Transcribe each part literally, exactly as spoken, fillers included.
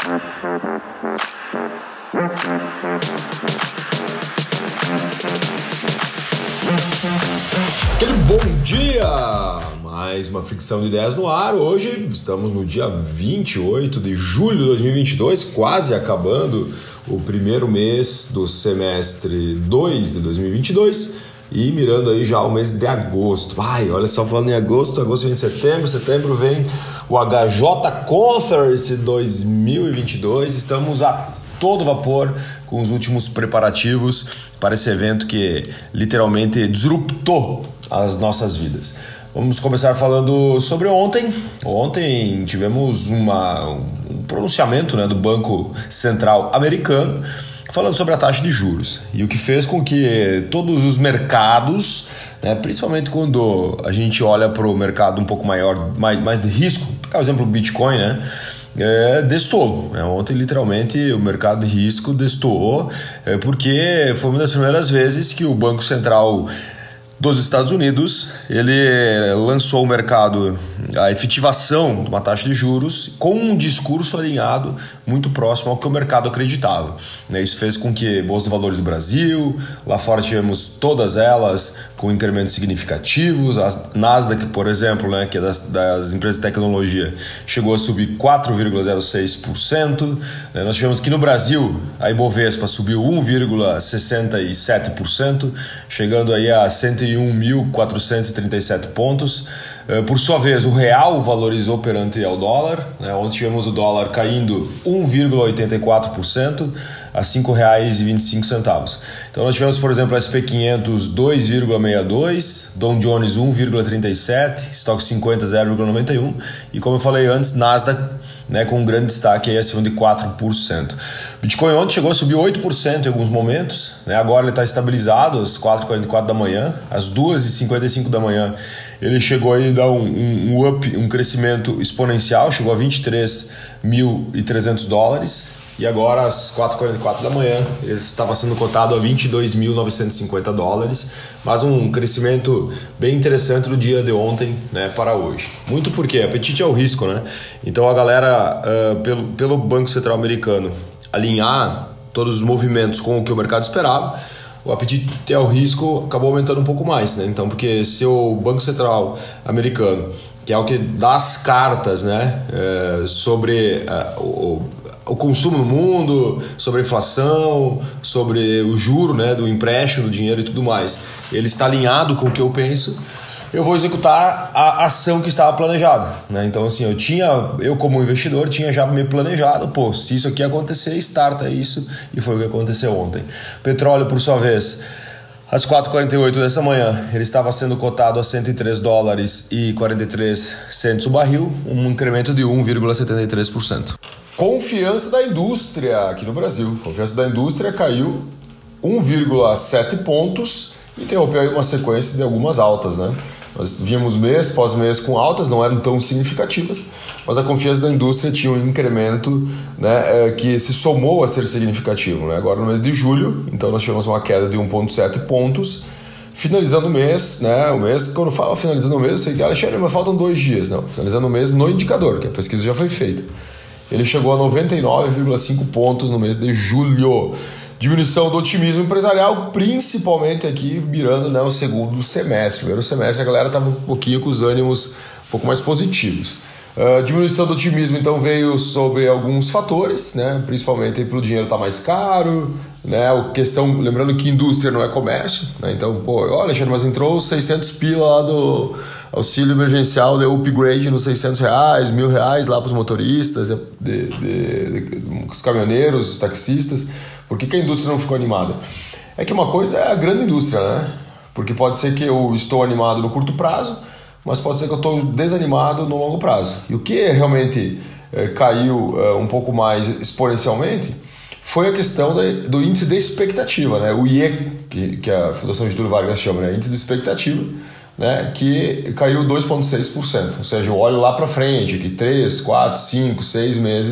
Aquele bom dia! Mais uma fricção de ideias no ar. Hoje estamos no dia vinte e oito de julho de dois mil e vinte e dois, quase acabando o primeiro mês do semestre dois de dois mil e vinte e dois e mirando aí já o mês de agosto. Ai, olha só, falando em agosto, agosto vem setembro, setembro vem o H J Conference dois mil e vinte e dois. Estamos a todo vapor com os últimos preparativos para esse evento que literalmente disruptou as nossas vidas. Vamos começar falando sobre ontem. Ontem tivemos uma, um pronunciamento, né, do Banco Central americano falando sobre a taxa de juros e o que fez com que todos os mercados, né, principalmente quando a gente olha para o mercado um pouco maior, mais, mais de risco, por exemplo o Bitcoin, né, É, destoou, né? Ontem literalmente o mercado de risco destoou, é, porque foi uma das primeiras vezes que o Banco Central dos Estados Unidos ele lançou ao mercado a efetivação de uma taxa de juros com um discurso alinhado muito próximo ao que o mercado acreditava, né? Isso fez com que bolsa de valores do Brasil, lá fora tivemos todas elas com incrementos significativos. A Nasdaq, por exemplo, né, que é das, das empresas de tecnologia, chegou a subir quatro vírgula zero seis por cento. Né? Nós tivemos que no Brasil a Ibovespa subiu um vírgula sessenta e sete por cento, chegando aí a cento e um mil quatrocentos e trinta e sete pontos. Por sua vez, o real valorizou perante ao dólar, né? Ontem tivemos o dólar caindo um vírgula oitenta e quatro por cento a cinco reais e vinte e cinco centavos. Então nós tivemos, por exemplo, S e P quinhentos dois vírgula sessenta e dois, Dow Jones um vírgula trinta e sete, Stock cinquenta zero vírgula noventa e um e, como eu falei antes, Nasdaq, né, com um grande destaque aí acima de quatro por cento. Bitcoin ontem chegou a subir oito por cento em alguns momentos, né? Agora ele está estabilizado às quatro e quarenta e quatro da manhã, às duas e cinquenta e cinco da manhã ele chegou aí a dar um, um, um up, um crescimento exponencial, chegou a vinte e três mil e trezentos dólares e agora às quatro e quarenta e quatro da manhã ele estava sendo cotado a vinte e dois mil novecentos e cinquenta dólares, mas um crescimento bem interessante do dia de ontem, né, para hoje. Muito porque apetite é o risco, né? Então a galera, uh, pelo, pelo Banco Central americano alinhar todos os movimentos com o que o mercado esperava, o apetite ao risco acabou aumentando um pouco mais, né? Então, porque se o Banco Central americano, que é o que dá as cartas, né, é, sobre é, o, o consumo no mundo, sobre a inflação, sobre o juro, né, do empréstimo, do dinheiro e tudo mais, ele está alinhado com o que eu penso, eu vou executar a ação que estava planejada, né? Então, assim, eu tinha, eu como investidor, tinha já me planejado, pô, se isso aqui acontecer, starta isso, e foi o que aconteceu ontem. Petróleo, por sua vez, às quatro e quarenta e oito dessa manhã, ele estava sendo cotado a cento e três dólares e quarenta e três centavos o barril, um incremento de um vírgula setenta e três por cento. Confiança da indústria aqui no Brasil. Confiança da indústria caiu um vírgula sete pontos e interrompeu aí uma sequência de algumas altas, né? Nós vimos mês pós mês com altas, não eram tão significativas, mas a confiança da indústria tinha um incremento, né, que se somou a ser significativo, né? Agora no mês de julho, então nós tivemos uma queda de um vírgula sete pontos, finalizando o mês, né? O mês, quando eu falo finalizando o mês, eu sei que, Alexandre, mas faltam dois dias, não, finalizando o mês no indicador, que a pesquisa já foi feita. Ele chegou a noventa e nove vírgula cinco pontos no mês de julho. Diminuição do otimismo empresarial, principalmente aqui mirando, né, o segundo semestre. Primeiro semestre a galera estava um pouquinho com os ânimos um pouco mais positivos. Uh, diminuição do otimismo então veio sobre alguns fatores, né, principalmente pelo dinheiro estar tá mais caro, né, a questão, lembrando que indústria não é comércio, né, então, pô, olha, Alexandre, mas entrou seiscentos pila lá do auxílio emergencial, deu upgrade nos seiscentos reais, mil reais lá para os motoristas, de, de, de, de, os caminhoneiros, os taxistas. Por que, que a indústria não ficou animada? É que uma coisa é a grande indústria, né? Porque pode ser que eu estou animado no curto prazo, mas pode ser que eu estou desanimado no longo prazo. E o que realmente é, caiu é, um pouco mais exponencialmente foi a questão da, do índice de expectativa, né? O I E, que, que a Fundação Getúlio Vargas chama, né? Índice de expectativa, né? Que caiu dois vírgula seis por cento. Ou seja, eu olho lá para frente, que três, quatro, cinco, seis meses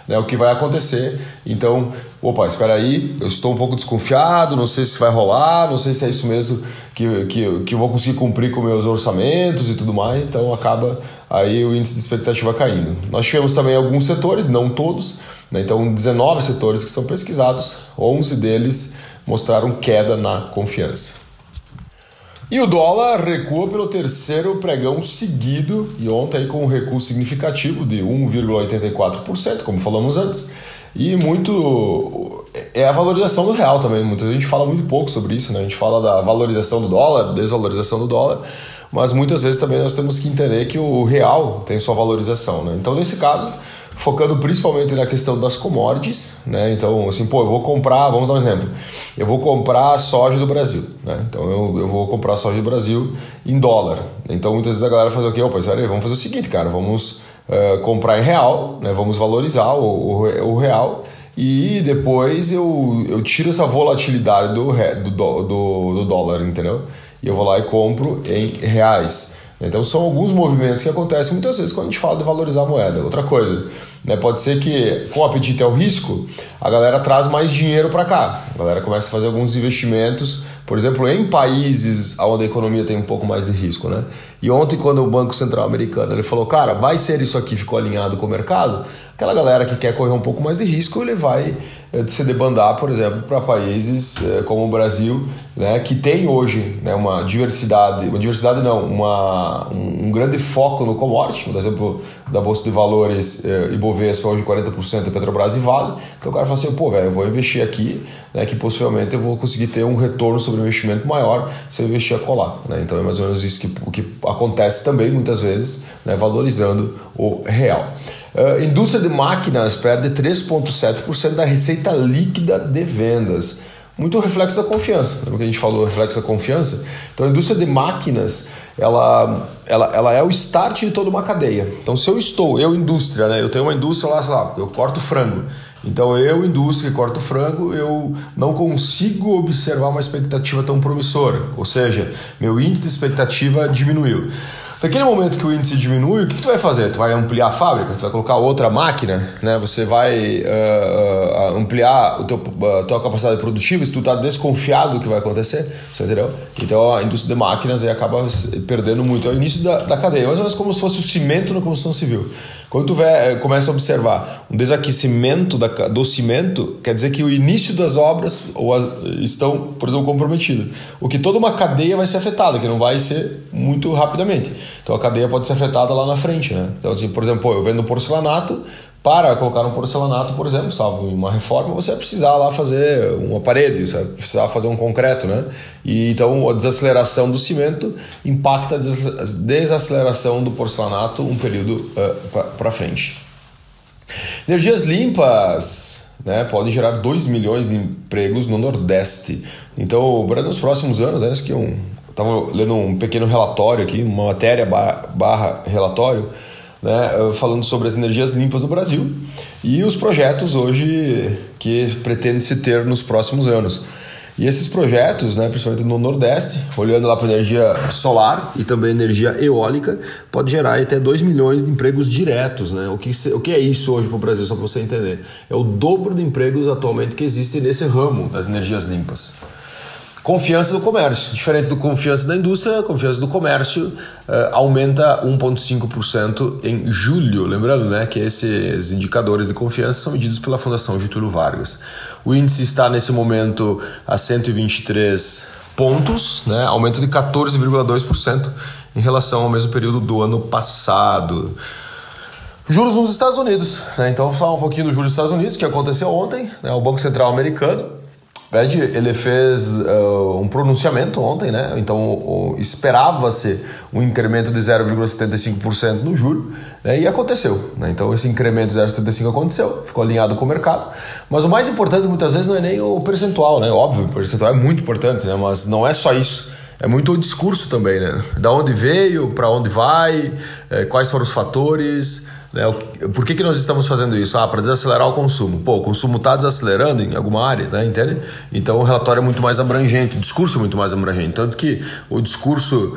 né, o que vai acontecer. Então, opa, espera aí, eu estou um pouco desconfiado, não sei se vai rolar, não sei se é isso mesmo que, que, que eu vou conseguir cumprir com meus orçamentos e tudo mais, então acaba aí o índice de expectativa caindo. Nós tivemos também alguns setores, não todos, né, então dezenove setores que são pesquisados, onze deles mostraram queda na confiança. E o dólar recua pelo terceiro pregão seguido, e ontem com um recuo significativo de um vírgula oitenta e quatro por cento, como falamos antes, e muito é a valorização do real também. Muita gente fala muito pouco sobre isso, né? A gente fala da valorização do dólar, desvalorização do dólar, mas muitas vezes também nós temos que entender que o real tem sua valorização, né? Então, nesse caso, focando principalmente na questão das commodities, né? Então, assim, pô, eu vou comprar, vamos dar um exemplo, eu vou comprar soja do Brasil, né? Então, eu, eu vou comprar soja do Brasil em dólar. Então, muitas vezes a galera faz o quê? Opa, espera aí, vamos fazer o seguinte, cara, vamos uh, comprar em real, né? Vamos valorizar o, o, o real e depois eu, eu tiro essa volatilidade do, do, do, do dólar, entendeu? E eu vou lá e compro em reais. Então são alguns movimentos que acontecem muitas vezes quando a gente fala de valorizar a moeda. Outra coisa, né, pode ser que com o apetite ao risco, a galera traz mais dinheiro para cá. A galera começa a fazer alguns investimentos, por exemplo, em países onde a economia tem um pouco mais de risco, né? E ontem, quando o Banco Central americano ele falou, cara, vai ser isso aqui, ficou alinhado com o mercado, aquela galera que quer correr um pouco mais de risco, ele vai eh, se debandar, por exemplo, para países eh, como o Brasil, né, que tem hoje, né, uma diversidade, uma diversidade não, uma, um, um grande foco no commodity, por exemplo, da Bolsa de Valores eh, Ibovespa, hoje quarenta por cento é Petrobras e Vale. Então o cara fala assim, pô, velho, eu vou investir aqui, né, que possivelmente eu vou conseguir ter um retorno sobre o investimento maior se eu investir a colar, né? Então é mais ou menos isso que, que acontece também muitas vezes, né, valorizando o real. Uh, indústria de máquinas perde três vírgula sete por cento da receita líquida de vendas. Muito reflexo da confiança. Lembra que a gente falou reflexo da confiança? Então a indústria de máquinas ela, ela, ela é o start de toda uma cadeia. Então se eu estou, eu indústria, né? Eu tenho uma indústria lá, sei lá, eu corto frango. Então eu, indústria que corto frango, eu não consigo observar uma expectativa tão promissora. Ou seja, meu índice de expectativa diminuiu. Naquele momento que o índice diminui, o que, que tu vai fazer? Tu vai ampliar a fábrica? Tu vai colocar outra máquina? Né? Você vai uh, uh, ampliar a uh, tua capacidade produtiva se tu está desconfiado do que vai acontecer? Você entendeu? Então a indústria de máquinas aí acaba perdendo muito. É o início da, da cadeia, mais ou menos como se fosse o cimento na construção civil. Quando tu vê, começa a observar um desaquecimento da, do cimento, quer dizer que o início das obras ou as, estão, por exemplo, comprometidas. O que toda uma cadeia vai ser afetada, que não vai ser muito rapidamente. Então a cadeia pode ser afetada lá na frente, né? Então, assim, por exemplo, eu vendo porcelanato, para colocar um porcelanato, por exemplo, sabe, uma reforma, você vai precisar lá fazer uma parede, você vai precisar fazer um concreto, né? E então a desaceleração do cimento impacta a desaceleração do porcelanato um período uh, para frente. Energias limpas, né, podem gerar dois milhões de empregos no Nordeste. Então, nos próximos anos, né, que um, estava lendo um pequeno relatório aqui, uma matéria barra, barra relatório, né, falando sobre as energias limpas no Brasil e os projetos hoje que pretende se ter nos próximos anos. E esses projetos, né, principalmente no Nordeste, olhando lá para a energia solar e também energia eólica, pode gerar até dois milhões de empregos diretos. Né? O, que, o que é isso hoje para o Brasil, só para você entender? É o dobro de empregos atualmente que existem nesse ramo das energias limpas. Confiança do comércio. Diferente do confiança da indústria, a confiança do comércio uh, aumenta um vírgula cinco por cento em julho. Lembrando, né, que esses indicadores de confiança são medidos pela Fundação Getúlio Vargas. O índice está nesse momento a cento e vinte e três pontos, né, aumento de quatorze vírgula dois por cento em relação ao mesmo período do ano passado. Juros nos Estados Unidos. Né, então, vamos falar um pouquinho do juros dos Estados Unidos, que aconteceu ontem. Né, o Banco Central americano ele fez uh, um pronunciamento ontem, né? Então uh, esperava-se um incremento de zero vírgula setenta e cinco por cento no juro, né? E aconteceu, né? Então esse incremento de zero vírgula setenta e cinco por cento aconteceu, ficou alinhado com o mercado, mas o mais importante muitas vezes não é nem o percentual, né? Óbvio, o percentual é muito importante, né? Mas não é só isso. É muito o discurso também, né? Da onde veio, para onde vai, eh, quais foram os fatores, Né? Por que, que nós estamos fazendo isso? Ah, para desacelerar o consumo. Pô, o consumo está desacelerando em alguma área, né? Entende? Então o relatório é muito mais abrangente, o discurso é muito mais abrangente. Tanto que o discurso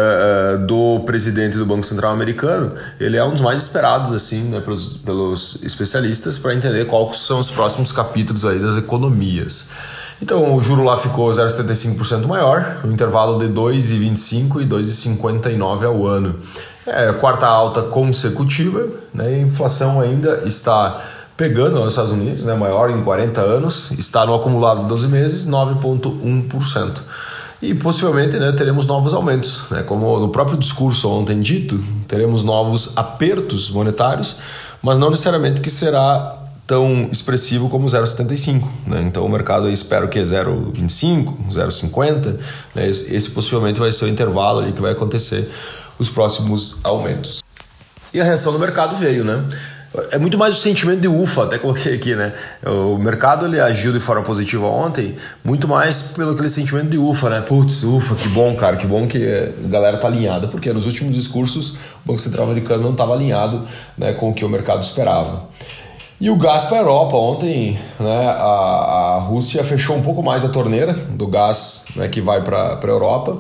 é, do presidente do Banco Central americano, ele é um dos mais esperados assim, né, pelos, pelos especialistas para entender quais são os próximos capítulos aí das economias. Então o juro lá ficou zero vírgula setenta e cinco por cento maior, no intervalo de dois vírgula vinte e cinco por cento e dois vírgula cinquenta e nove por cento ao ano. É a quarta alta consecutiva, né? A inflação ainda está pegando nos Estados Unidos, né? Maior em quarenta anos, está no acumulado de doze meses, nove vírgula um por cento. E possivelmente, né, teremos novos aumentos, né? Como no próprio discurso ontem dito, teremos novos apertos monetários, mas não necessariamente que será tão expressivo como zero vírgula setenta e cinco, né? Então o mercado aí espera o que? zero vírgula vinte e cinco, zero vírgula cinquenta, né? Esse possivelmente vai ser o intervalo ali que vai acontecer os próximos aumentos. E a reação do mercado veio, né? É muito mais o sentimento de ufa, até coloquei aqui, né? O mercado ele agiu de forma positiva ontem, muito mais pelo aquele sentimento de ufa, né? Putz, ufa, que bom, cara, que bom que a galera tá alinhada, porque nos últimos discursos o Banco Central americano não estava alinhado, né, com o que o mercado esperava. E o gás para a Europa, ontem, né, a, a Rússia fechou um pouco mais a torneira do gás, né, que vai para a Europa.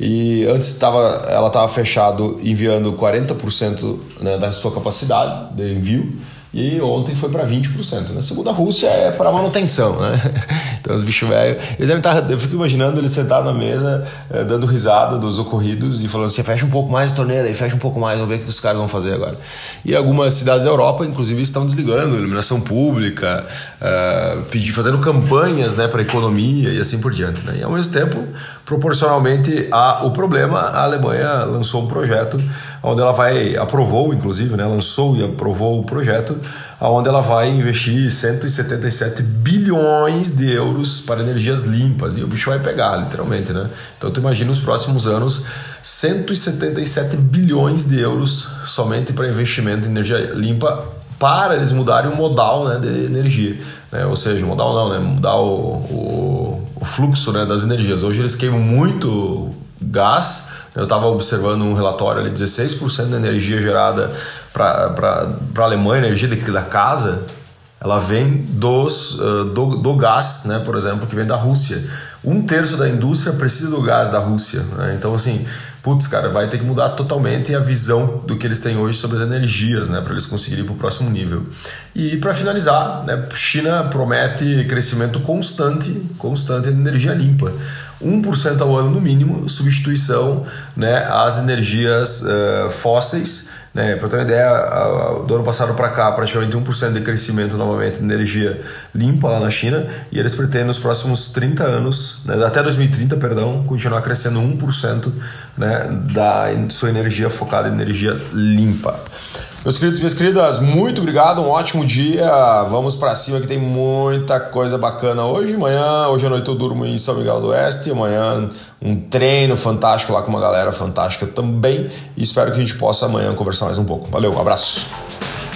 E antes tava, ela estava fechado enviando quarenta por cento, né, da sua capacidade de envio. E ontem foi para vinte por cento, né? Segundo a Rússia, é para manutenção, né? Então os bichos velhos, eles devem estar, eu fico imaginando eles sentados na mesa, eh, dando risada dos ocorridos e falando assim, fecha um pouco mais a torneira aí, fecha um pouco mais, vamos ver o que os caras vão fazer agora. E algumas cidades da Europa, inclusive, estão desligando iluminação pública, eh, pedir, fazendo campanhas, né, para a economia e assim por diante, né? E ao mesmo tempo, proporcionalmente ao problema, a Alemanha lançou um projeto onde ela vai, aprovou inclusive, né, lançou e aprovou o projeto onde ela vai investir cento e setenta e sete bilhões de euros para energias limpas, e o bicho vai pegar, literalmente, né? Então tu imagina os próximos anos, cento e setenta e sete bilhões de euros somente para investimento em energia limpa, para eles mudarem o modal, né, de energia, né? Ou seja, modal não, né, mudar o, o, o fluxo, né, das energias. Hoje eles queimam muito gás. Eu estava observando um relatório ali, dezesseis por cento da energia gerada para a Alemanha, energia de, da casa, ela vem dos, uh, do, do gás, né, por exemplo, que vem da Rússia. Um terço da indústria precisa do gás da Rússia, né? Então, assim, putz, cara, vai ter que mudar totalmente a visão do que eles têm hoje sobre as energias, né, para eles conseguirem ir para o próximo nível. E para finalizar, né, China promete crescimento constante, constante de energia limpa. um por cento ao ano no mínimo, substituição, né, às energias uh, fósseis, né? Para ter uma ideia, a, a, do ano passado para cá, praticamente um por cento de crescimento novamente de energia limpa lá na China, e eles pretendem nos próximos trinta anos, né, até dois mil e trinta, perdão, continuar crescendo um por cento, né, da sua energia focada em energia limpa. Meus queridos e minhas queridas, muito obrigado, um ótimo dia, vamos para cima que tem muita coisa bacana hoje. Amanhã, hoje à noite eu durmo em São Miguel do Oeste, amanhã um treino fantástico lá com uma galera fantástica também, e espero que a gente possa amanhã conversar mais um pouco. Valeu, um abraço!